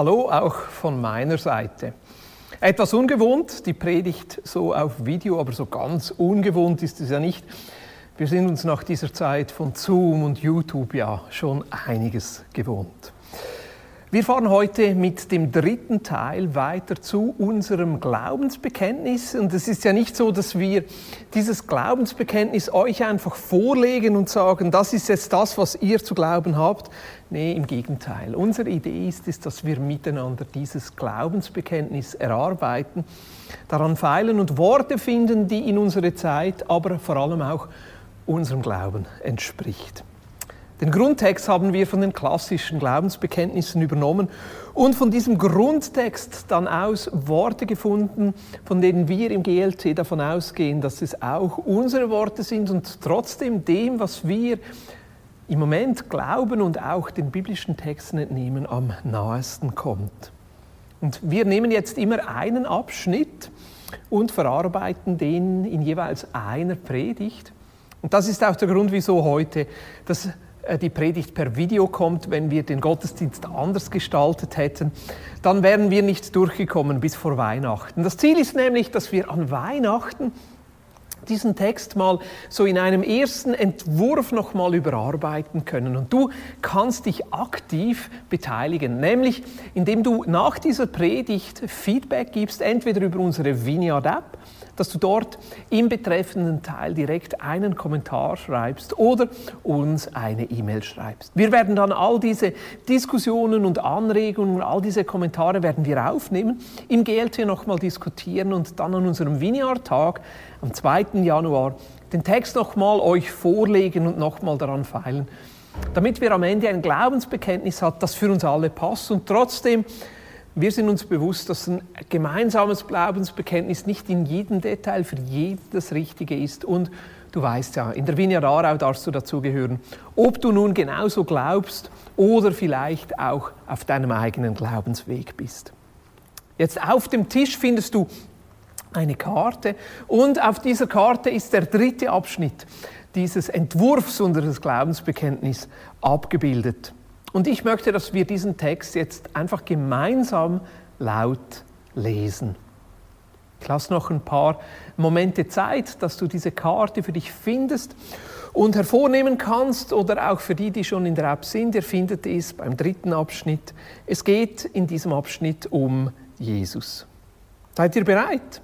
Hallo auch von meiner Seite. Etwas ungewohnt, die Predigt so auf Video, aber so ganz ungewohnt ist es ja nicht. Wir sind uns nach dieser Zeit von Zoom und YouTube ja schon einiges gewohnt. Wir fahren heute mit dem dritten Teil weiter zu unserem Glaubensbekenntnis. Und es ist ja nicht so, dass wir dieses Glaubensbekenntnis euch einfach vorlegen und sagen, das ist jetzt das, was ihr zu glauben habt. Nee, im Gegenteil. Unsere Idee ist es, dass wir miteinander dieses Glaubensbekenntnis erarbeiten, daran feilen und Worte finden, die in unsere Zeit, aber vor allem auch unserem Glauben entspricht. Den Grundtext haben wir von den klassischen Glaubensbekenntnissen übernommen und von diesem Grundtext dann aus Worte gefunden, von denen wir im GLT davon ausgehen, dass es auch unsere Worte sind und trotzdem dem, was wir im Moment glauben und auch den biblischen Texten entnehmen, am nahesten kommt. Und wir nehmen jetzt immer einen Abschnitt und verarbeiten den in jeweils einer Predigt. Und das ist auch der Grund, wieso heute die Predigt per Video kommt. Wenn wir den Gottesdienst anders gestaltet hätten, dann wären wir nicht durchgekommen bis vor Weihnachten. Das Ziel ist nämlich, dass wir an Weihnachten diesen Text mal so in einem ersten Entwurf nochmal überarbeiten können. Und du kannst dich aktiv beteiligen, nämlich indem du nach dieser Predigt Feedback gibst, entweder über unsere Vineyard-App, dass du dort im betreffenden Teil direkt einen Kommentar schreibst oder uns eine E-Mail schreibst. Wir werden dann all diese Diskussionen und Anregungen, all diese Kommentare werden wir aufnehmen, im GLT nochmal diskutieren und dann an unserem Vineyard-Tag am 2. Januar den Text nochmal euch vorlegen und nochmal daran feilen, damit wir am Ende ein Glaubensbekenntnis haben, das für uns alle passt und trotzdem wir sind uns bewusst, dass ein gemeinsames Glaubensbekenntnis nicht in jedem Detail für jeden das Richtige ist. Und du weißt ja, in der Vineyard Aarau darfst du dazugehören, ob du nun genauso glaubst oder vielleicht auch auf deinem eigenen Glaubensweg bist. Jetzt auf dem Tisch findest du eine Karte und auf dieser Karte ist der dritte Abschnitt dieses Entwurfs unseres Glaubensbekenntnisses abgebildet. Und ich möchte, dass wir diesen Text jetzt einfach gemeinsam laut lesen. Ich lasse noch ein paar Momente Zeit, dass du diese Karte für dich findest und hervornehmen kannst oder auch für die, die schon in der App sind, ihr findet es beim dritten Abschnitt. Es geht in diesem Abschnitt um Jesus. Seid ihr bereit?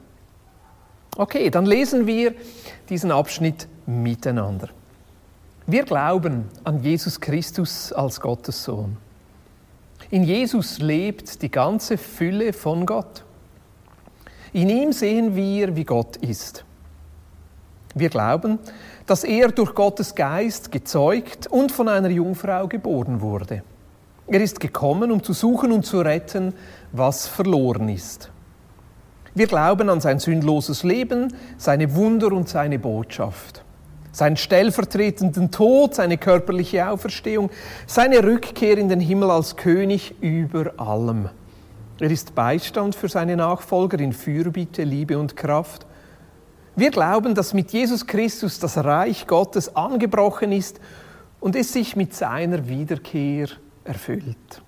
Okay, dann lesen wir diesen Abschnitt miteinander. Wir glauben an Jesus Christus als Gottes Sohn. In Jesus lebt die ganze Fülle von Gott. In ihm sehen wir, wie Gott ist. Wir glauben, dass er durch Gottes Geist gezeugt und von einer Jungfrau geboren wurde. Er ist gekommen, um zu suchen und zu retten, was verloren ist. Wir glauben an sein sündloses Leben, seine Wunder und seine Botschaft. Seinen stellvertretenden Tod, seine körperliche Auferstehung, seine Rückkehr in den Himmel als König über allem. Er ist Beistand für seine Nachfolger in Fürbitte, Liebe und Kraft. Wir glauben, dass mit Jesus Christus das Reich Gottes angebrochen ist und es sich mit seiner Wiederkehr erfüllt.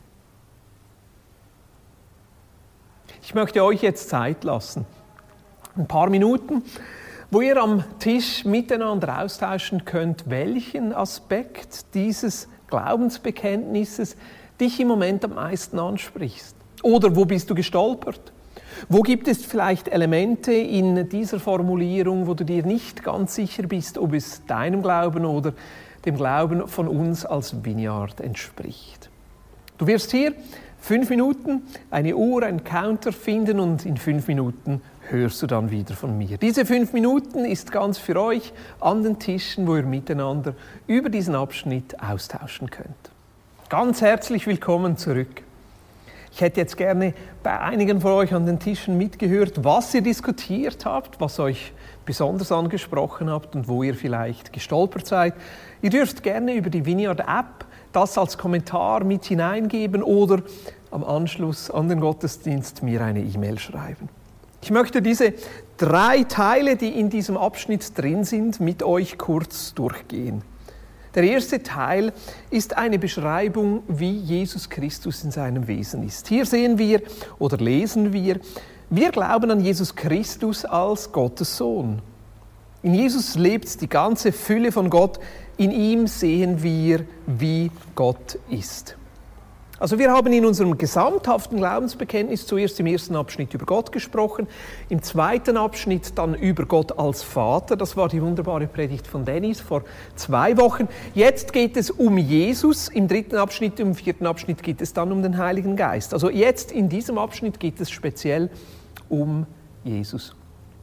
Ich möchte euch jetzt Zeit lassen, ein paar Minuten, wo ihr am Tisch miteinander austauschen könnt, welchen Aspekt dieses Glaubensbekenntnisses dich im Moment am meisten ansprichst. Oder wo bist du gestolpert? Wo gibt es vielleicht Elemente in dieser Formulierung, wo du dir nicht ganz sicher bist, ob es deinem Glauben oder dem Glauben von uns als Vineyard entspricht? Du wirst hier 5 Minuten, eine Uhr, einen Counter finden und in 5 Minuten hörst du dann wieder von mir. Diese 5 Minuten ist ganz für euch an den Tischen, wo ihr miteinander über diesen Abschnitt austauschen könnt. Ganz herzlich willkommen zurück. Ich hätte jetzt gerne bei einigen von euch an den Tischen mitgehört, was ihr diskutiert habt, was euch besonders angesprochen habt und wo ihr vielleicht gestolpert seid. Ihr dürft gerne über die Vineyard-App das als Kommentar mit hineingeben oder am Anschluss an den Gottesdienst mir eine E-Mail schreiben. Ich möchte diese 3 Teile, die in diesem Abschnitt drin sind, mit euch kurz durchgehen. Der erste Teil ist eine Beschreibung, wie Jesus Christus in seinem Wesen ist. Hier sehen wir oder lesen wir glauben an Jesus Christus als Gottes Sohn. In Jesus lebt die ganze Fülle von Gott. In ihm sehen wir, wie Gott ist. Also wir haben in unserem gesamthaften Glaubensbekenntnis zuerst im ersten Abschnitt über Gott gesprochen, im zweiten Abschnitt dann über Gott als Vater. Das war die wunderbare Predigt von Dennis vor 2 Wochen. Jetzt geht es um Jesus, im dritten Abschnitt, im vierten Abschnitt geht es dann um den Heiligen Geist. Also jetzt in diesem Abschnitt geht es speziell um Jesus.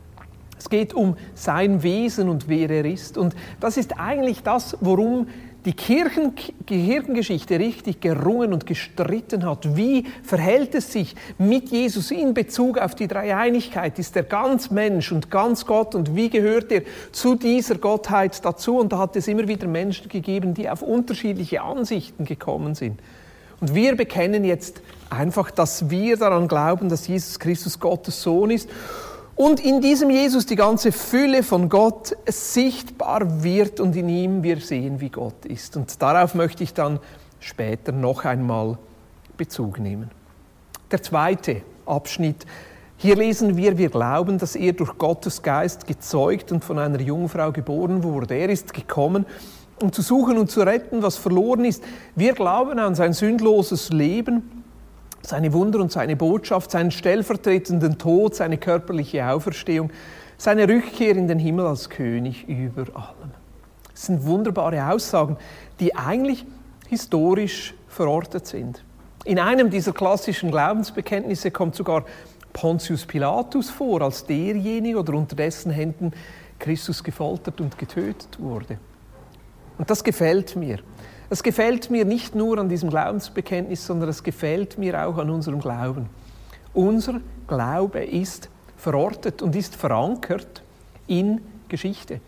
Es geht um sein Wesen und wer er ist. Und das ist eigentlich das, worum die Kirchengeschichte richtig gerungen und gestritten hat. Wie verhält es sich mit Jesus in Bezug auf die Dreieinigkeit? Ist er ganz Mensch und ganz Gott? Und wie gehört er zu dieser Gottheit dazu? Und da hat es immer wieder Menschen gegeben, die auf unterschiedliche Ansichten gekommen sind. Und wir bekennen jetzt einfach, dass wir daran glauben, dass Jesus Christus Gottes Sohn ist. Und in diesem Jesus die ganze Fülle von Gott sichtbar wird und in ihm wir sehen, wie Gott ist. Und darauf möchte ich dann später noch einmal Bezug nehmen. Der zweite Abschnitt. Hier lesen wir glauben, dass er durch Gottes Geist gezeugt und von einer Jungfrau geboren wurde. Er ist gekommen, um zu suchen und zu retten, was verloren ist. Wir glauben an sein sündloses Leben, seine Wunder und seine Botschaft, seinen stellvertretenden Tod, seine körperliche Auferstehung, seine Rückkehr in den Himmel als König über allem. Das sind wunderbare Aussagen, die eigentlich historisch verortet sind. In einem dieser klassischen Glaubensbekenntnisse kommt sogar Pontius Pilatus vor, als derjenige oder unter dessen Händen Christus gefoltert und getötet wurde. Und das gefällt mir. Es gefällt mir nicht nur an diesem Glaubensbekenntnis, sondern es gefällt mir auch an unserem Glauben. Unser Glaube ist verortet und ist verankert in Geschichte,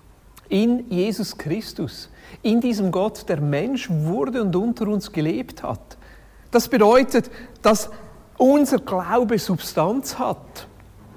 in Jesus Christus, in diesem Gott, der Mensch wurde und unter uns gelebt hat. Das bedeutet, dass unser Glaube Substanz hat.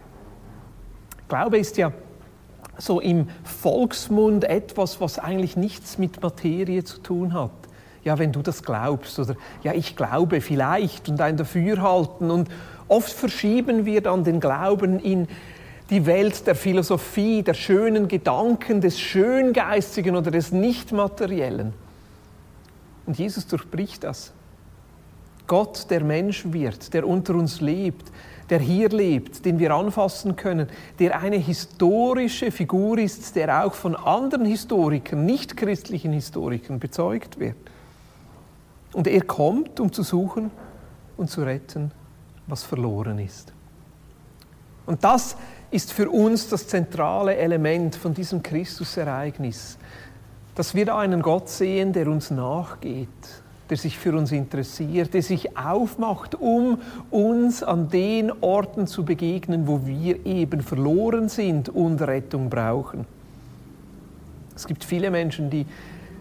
Glaube ist ja so im Volksmund etwas, was eigentlich nichts mit Materie zu tun hat. Ja, wenn du das glaubst oder ja, ich glaube vielleicht und ein Dafürhalten. Und oft verschieben wir dann den Glauben in die Welt der Philosophie, der schönen Gedanken, des Schöngeistigen oder des Nichtmateriellen. Und Jesus durchbricht das. Gott, der Mensch wird, der unter uns lebt, der hier lebt, den wir anfassen können, der eine historische Figur ist, der auch von anderen Historikern, nicht-christlichen Historikern bezeugt wird. Und er kommt, um zu suchen und zu retten, was verloren ist. Und das ist für uns das zentrale Element von diesem Christusereignis, dass wir da einen Gott sehen, der uns nachgeht, der sich für uns interessiert, der sich aufmacht, um uns an den Orten zu begegnen, wo wir eben verloren sind und Rettung brauchen. Es gibt viele Menschen, die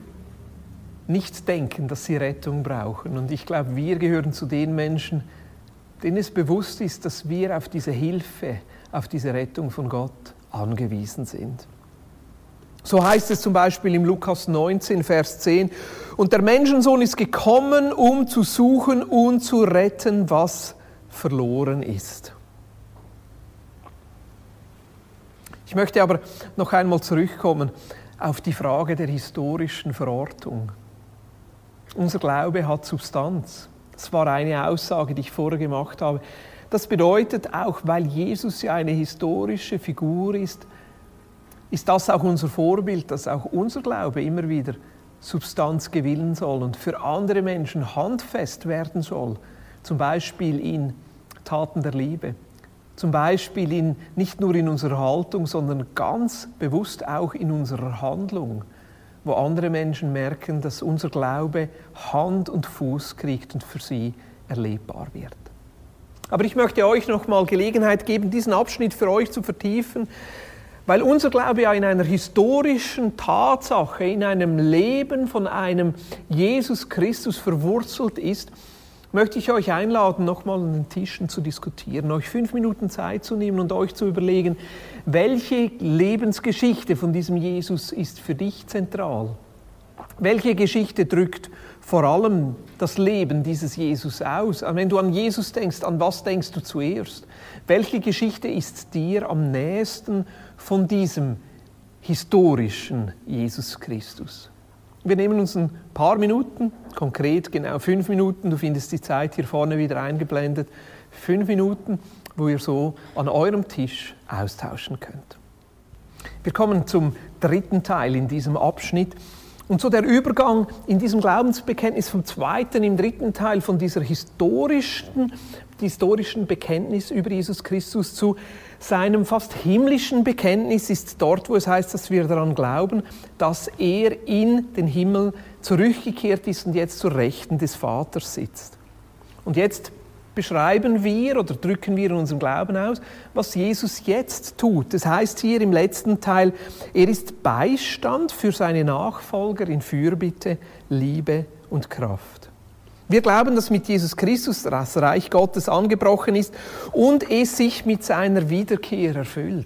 nicht denken, dass sie Rettung brauchen. Und ich glaube, wir gehören zu den Menschen, denen es bewusst ist, dass wir auf diese Hilfe, auf diese Rettung von Gott angewiesen sind. So heißt es zum Beispiel im Lukas 19, Vers 10, und der Menschensohn ist gekommen, um zu suchen und zu retten, was verloren ist. Ich möchte aber noch einmal zurückkommen auf die Frage der historischen Verortung. Unser Glaube hat Substanz. Das war eine Aussage, die ich vorher gemacht habe. Das bedeutet auch, weil Jesus ja eine historische Figur ist das auch unser Vorbild, dass auch unser Glaube immer wieder Substanz gewinnen soll und für andere Menschen handfest werden soll. Zum Beispiel in Taten der Liebe. Zum Beispiel nicht nur in unserer Haltung, sondern ganz bewusst auch in unserer Handlung, wo andere Menschen merken, dass unser Glaube Hand und Fuß kriegt und für sie erlebbar wird. Aber ich möchte euch noch mal Gelegenheit geben, diesen Abschnitt für euch zu vertiefen, weil unser Glaube ja in einer historischen Tatsache, in einem Leben von einem Jesus Christus verwurzelt ist, möchte ich euch einladen, nochmal an den Tischen zu diskutieren, euch 5 Minuten Zeit zu nehmen und euch zu überlegen, welche Lebensgeschichte von diesem Jesus ist für dich zentral? Welche Geschichte drückt vor allem das Leben dieses Jesus aus? Wenn du an Jesus denkst, an was denkst du zuerst? Welche Geschichte ist dir am nächsten von diesem historischen Jesus Christus? Wir nehmen uns ein paar Minuten, konkret genau 5 Minuten, du findest die Zeit hier vorne wieder eingeblendet, 5 Minuten, wo ihr so an eurem Tisch austauschen könnt. Wir kommen zum dritten Teil in diesem Abschnitt. Und so der Übergang in diesem Glaubensbekenntnis vom zweiten im dritten Teil von dieser historischen Bekenntnis über Jesus Christus zu seinem fast himmlischen Bekenntnis ist dort, wo es heißt, dass wir daran glauben, dass er in den Himmel zurückgekehrt ist und jetzt zur Rechten des Vaters sitzt. Und jetzt beschreiben wir oder drücken wir in unserem Glauben aus, was Jesus jetzt tut. Das heißt hier im letzten Teil, er ist Beistand für seine Nachfolger in Fürbitte, Liebe und Kraft. Wir glauben, dass mit Jesus Christus das Reich Gottes angebrochen ist und es sich mit seiner Wiederkehr erfüllt.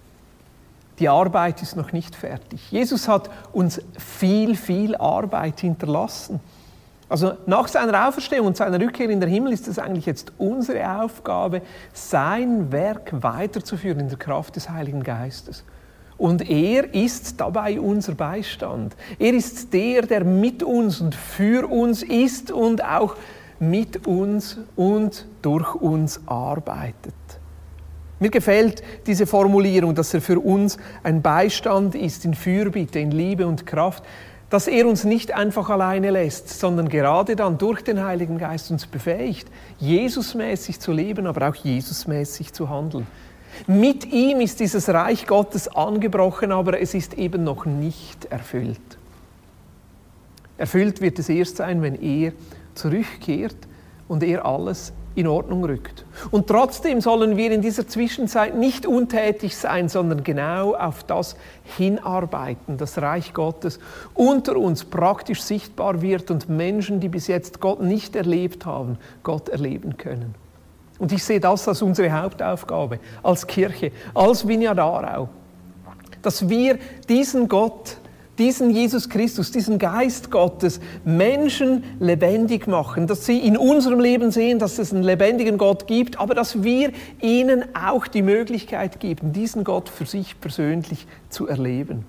Die Arbeit ist noch nicht fertig. Jesus hat uns viel Arbeit hinterlassen. Also nach seiner Auferstehung und seiner Rückkehr in den Himmel ist es eigentlich jetzt unsere Aufgabe, sein Werk weiterzuführen in der Kraft des Heiligen Geistes. Und er ist dabei unser Beistand. Er ist der mit uns und für uns ist und auch mit uns und durch uns arbeitet. Mir gefällt diese Formulierung, dass er für uns ein Beistand ist in Fürbitte, in Liebe und Kraft, dass er uns nicht einfach alleine lässt, sondern gerade dann durch den Heiligen Geist uns befähigt, Jesusmäßig zu leben, aber auch Jesusmäßig zu handeln. Mit ihm ist dieses Reich Gottes angebrochen, aber es ist eben noch nicht erfüllt. Erfüllt wird es erst sein, wenn er zurückkehrt und er alles in Ordnung rückt. Und trotzdem sollen wir in dieser Zwischenzeit nicht untätig sein, sondern genau auf das hinarbeiten, das Reich Gottes unter uns praktisch sichtbar wird und Menschen, die bis jetzt Gott nicht erlebt haben, Gott erleben können. Und ich sehe das als unsere Hauptaufgabe, als Kirche, als Vineyard Aarau, dass wir diesen Gott, diesen Jesus Christus, diesen Geist Gottes Menschen lebendig machen, dass sie in unserem Leben sehen, dass es einen lebendigen Gott gibt, aber dass wir ihnen auch die Möglichkeit geben, diesen Gott für sich persönlich zu erleben.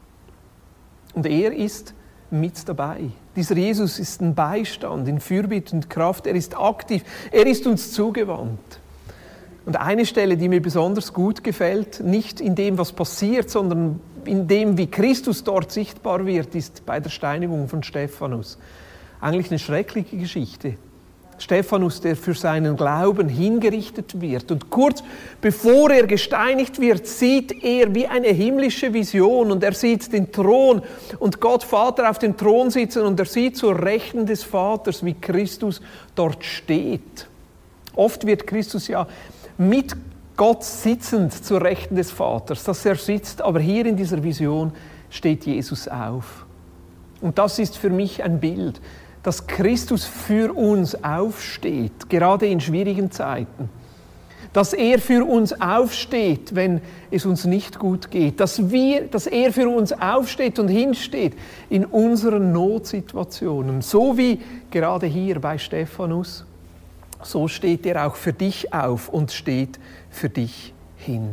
Und er ist mit dabei. Dieser Jesus ist ein Beistand in Fürbitte und Kraft. Er ist aktiv, er ist uns zugewandt. Und eine Stelle, die mir besonders gut gefällt, nicht in dem, was passiert, sondern in dem, wie Christus dort sichtbar wird, ist bei der Steinigung von Stephanus. Eigentlich eine schreckliche Geschichte. Stephanus, der für seinen Glauben hingerichtet wird. Und kurz bevor er gesteinigt wird, sieht er wie eine himmlische Vision und er sieht den Thron und Gott Vater auf dem Thron sitzen und er sieht zur Rechten des Vaters, wie Christus dort steht. Oft wird Christus ja mit Gott sitzend zur Rechten des Vaters, dass er sitzt, aber hier in dieser Vision steht Jesus auf. Und das ist für mich ein Bild, dass Christus für uns aufsteht, gerade in schwierigen Zeiten. Dass er für uns aufsteht, wenn es uns nicht gut geht. Dass er für uns aufsteht und hinsteht in unseren Notsituationen. So wie gerade hier bei Stephanus, so steht er auch für dich auf und steht für dich hin.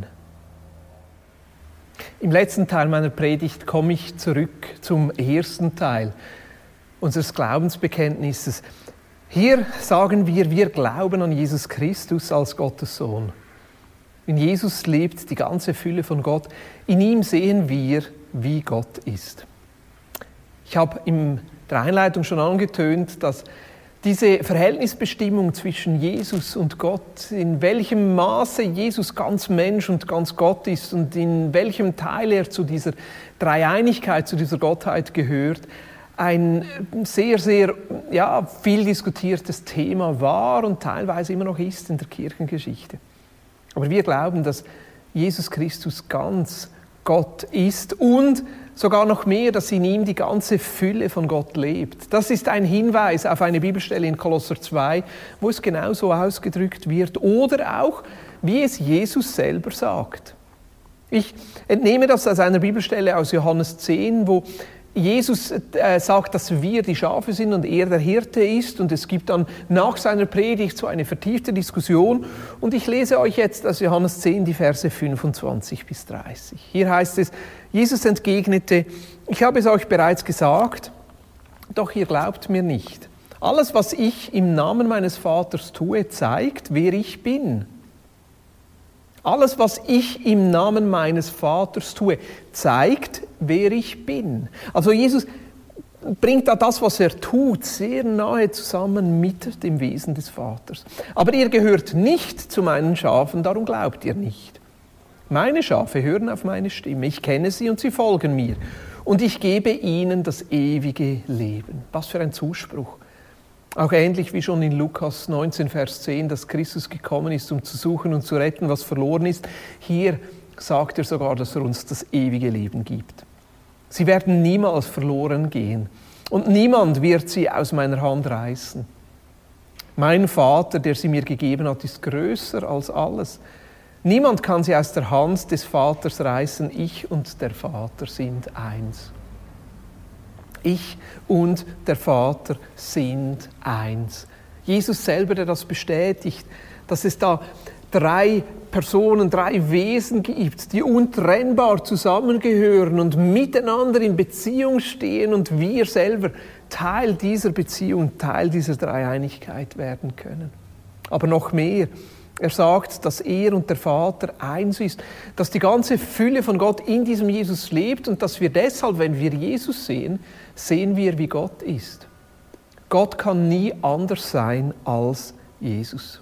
Im letzten Teil meiner Predigt komme ich zurück zum ersten Teil unseres Glaubensbekenntnisses. Hier sagen wir glauben an Jesus Christus als Gottes Sohn. In Jesus lebt die ganze Fülle von Gott. In ihm sehen wir, wie Gott ist. Ich habe in der Einleitung schon angetönt, dass diese Verhältnisbestimmung zwischen Jesus und Gott, in welchem Maße Jesus ganz Mensch und ganz Gott ist und in welchem Teil er zu dieser Dreieinigkeit, zu dieser Gottheit gehört, ein sehr viel diskutiertes Thema war und teilweise immer noch ist in der Kirchengeschichte. Aber wir glauben, dass Jesus Christus ganz Gott ist und sogar noch mehr, dass in ihm die ganze Fülle von Gott lebt. Das ist ein Hinweis auf eine Bibelstelle in Kolosser 2, wo es genauso ausgedrückt wird oder auch, wie es Jesus selber sagt. Ich entnehme das aus einer Bibelstelle aus Johannes 10, wo Jesus sagt, dass wir die Schafe sind und er der Hirte ist. Und es gibt dann nach seiner Predigt so eine vertiefte Diskussion. Und ich lese euch jetzt aus Johannes 10 die Verse 25 bis 30. Hier heißt es, Jesus entgegnete, ich habe es euch bereits gesagt, doch ihr glaubt mir nicht. Alles, was ich im Namen meines Vaters tue, zeigt, wer ich bin. Alles, was ich im Namen meines Vaters tue, zeigt, wer ich bin. Also Jesus bringt da das, was er tut, sehr nahe zusammen mit dem Wesen des Vaters. Aber ihr gehört nicht zu meinen Schafen, darum glaubt ihr nicht. Meine Schafe hören auf meine Stimme, ich kenne sie und sie folgen mir. Und ich gebe ihnen das ewige Leben. Was für ein Zuspruch. Auch ähnlich wie schon in Lukas 19, Vers 10, dass Christus gekommen ist, um zu suchen und zu retten, was verloren ist. Hier sagt er sogar, dass er uns das ewige Leben gibt. Sie werden niemals verloren gehen und niemand wird sie aus meiner Hand reißen. Mein Vater, der sie mir gegeben hat, ist größer als alles. Niemand kann sie aus der Hand des Vaters reißen. Ich und der Vater sind eins. Ich und der Vater sind eins. Jesus selber, der das bestätigt, dass es da 3 Personen, 3 Wesen gibt, die untrennbar zusammengehören und miteinander in Beziehung stehen und wir selber Teil dieser Beziehung, Teil dieser Dreieinigkeit werden können. Aber noch mehr. Er sagt, dass er und der Vater eins ist, dass die ganze Fülle von Gott in diesem Jesus lebt und dass wir deshalb, wenn wir Jesus sehen, sehen wir, wie Gott ist. Gott kann nie anders sein als Jesus.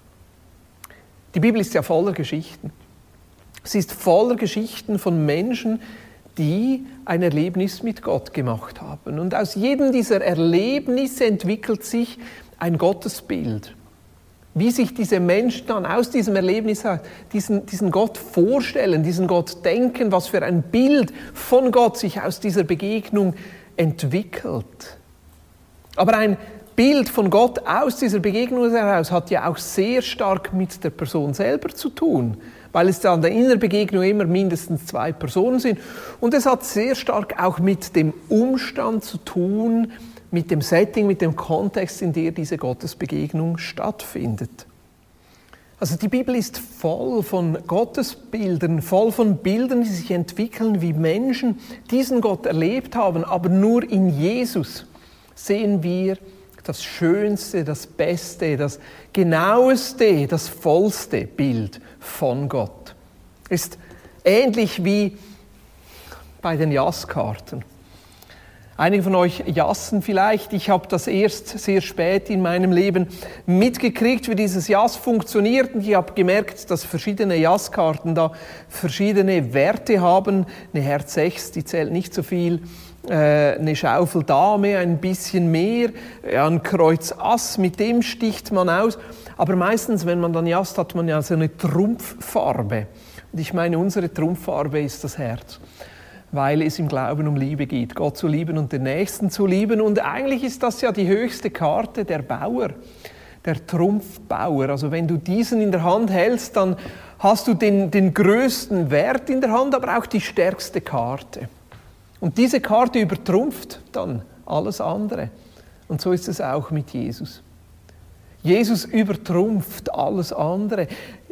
Die Bibel ist ja voller Geschichten. Sie ist voller Geschichten von Menschen, die ein Erlebnis mit Gott gemacht haben. Und aus jedem dieser Erlebnisse entwickelt sich ein Gottesbild. Wie sich diese Menschen dann aus diesem Erlebnis diesen Gott vorstellen, diesen Gott denken, was für ein Bild von Gott sich aus dieser Begegnung entwickelt. Aber ein Bild von Gott aus dieser Begegnung heraus hat ja auch sehr stark mit der Person selber zu tun, weil es dann in der Begegnung immer mindestens 2 Personen sind. Und es hat sehr stark auch mit dem Umstand zu tun, mit dem Setting, mit dem Kontext, in dem diese Gottesbegegnung stattfindet. Also die Bibel ist voll von Gottesbildern, voll von Bildern, die sich entwickeln, wie Menschen diesen Gott erlebt haben. Aber nur in Jesus sehen wir das schönste, das beste, das genaueste, das vollste Bild von Gott. Ist ähnlich wie bei den Jazzkarten. Einige von euch jassen vielleicht. Ich habe das erst sehr spät in meinem Leben mitgekriegt, wie dieses Jass funktioniert. Und ich habe gemerkt, dass verschiedene Jazzkarten da verschiedene Werte haben. Eine Herz 6, die zählt nicht so viel. Eine Schaufel Dame ein bisschen mehr. Ja, ein Kreuz Ass, mit dem sticht man aus. Aber meistens, wenn man dann jasst, hat man ja so eine Trumpffarbe. Und ich meine, unsere Trumpffarbe ist das Herz. Weil es im Glauben um Liebe geht, Gott zu lieben und den Nächsten zu lieben. Und eigentlich ist das ja die höchste Karte der Bauer, der Trumpfbauer. Also wenn du diesen in der Hand hältst, dann hast du den größten Wert in der Hand, aber auch die stärkste Karte. Und diese Karte übertrumpft dann alles andere. Und so ist es auch mit Jesus. Jesus übertrumpft alles andere.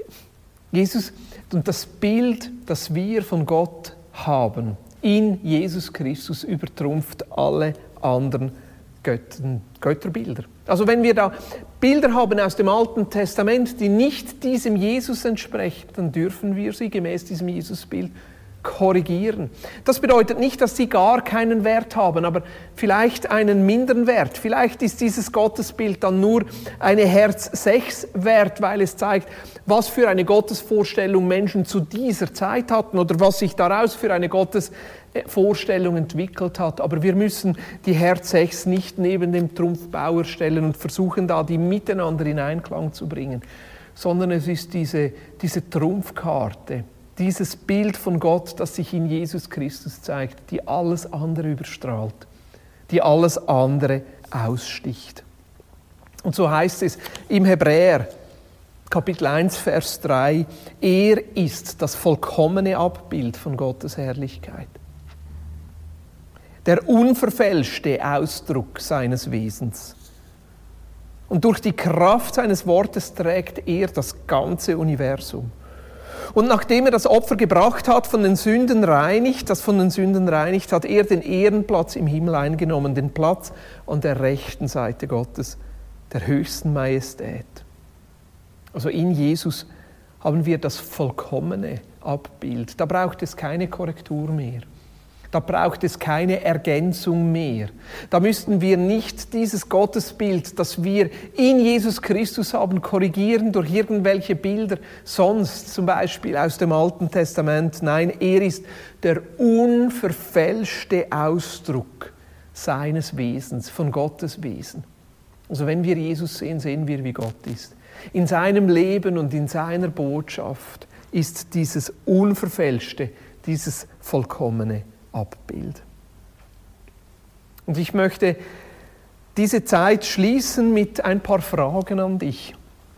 Jesus und das Bild, das wir von Gott haben, in Jesus Christus übertrumpft alle anderen Götterbilder. Also wenn wir da Bilder haben aus dem Alten Testament, die nicht diesem Jesus entsprechen, dann dürfen wir sie gemäß diesem Jesusbild korrigieren. Das bedeutet nicht, dass sie gar keinen Wert haben, aber vielleicht einen minderen Wert. Vielleicht ist dieses Gottesbild dann nur eine Herz 6 wert, weil es zeigt, was für eine Gottesvorstellung Menschen zu dieser Zeit hatten oder was sich daraus für eine Gottesvorstellung entwickelt hat. Aber wir müssen die Herz 6 nicht neben dem Trumpfbauer stellen und versuchen, da die miteinander in Einklang zu bringen, sondern es ist diese Trumpfkarte, dieses Bild von Gott, das sich in Jesus Christus zeigt, die alles andere überstrahlt, die alles andere aussticht. Und so heißt es im Hebräer, Kapitel 1, Vers 3, er ist das vollkommene Abbild von Gottes Herrlichkeit. der unverfälschte Ausdruck seines Wesens. Und durch die Kraft seines Wortes trägt er das ganze Universum. Und nachdem er das Opfer gebracht hat, das von den Sünden reinigt, hat er den Ehrenplatz im Himmel eingenommen, den Platz an der rechten Seite Gottes, der höchsten Majestät. Also in Jesus haben wir das vollkommene Abbild. Da braucht es keine Korrektur mehr. Da braucht es keine Ergänzung mehr. Da müssten wir nicht dieses Gottesbild, das wir in Jesus Christus haben, korrigieren durch irgendwelche Bilder, sonst zum Beispiel aus dem Alten Testament. Nein, er ist der unverfälschte Ausdruck seines Wesens, von Gottes Wesen. Also wenn wir Jesus sehen, sehen wir, wie Gott ist. In seinem Leben und in seiner Botschaft ist dieses unverfälschte, dieses vollkommene Abbild. Und ich möchte diese Zeit schließen mit ein paar Fragen an dich.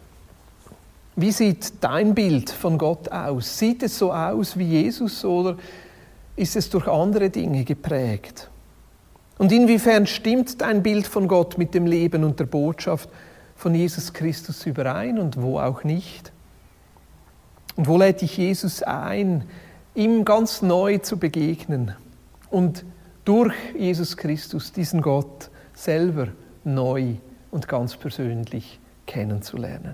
Wie sieht dein Bild von Gott aus? Sieht es so aus wie Jesus oder ist es durch andere Dinge geprägt? Und inwiefern stimmt dein Bild von Gott mit dem Leben und der Botschaft von Jesus Christus überein und wo auch nicht? Und wo lädt dich Jesus ein, ihm ganz neu zu begegnen und durch Jesus Christus diesen Gott selber neu und ganz persönlich kennenzulernen.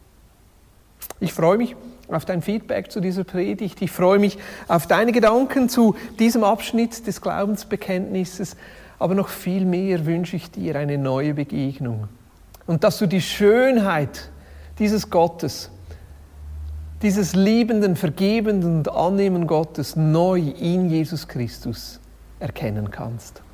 Ich freue mich auf dein Feedback zu dieser Predigt. Ich freue mich auf deine Gedanken zu diesem Abschnitt des Glaubensbekenntnisses. Aber noch viel mehr wünsche ich dir eine neue Begegnung. Und dass du die Schönheit dieses Gottes, dieses liebenden, vergebenden und annehmenden Gottes neu in Jesus Christus erkennen kannst.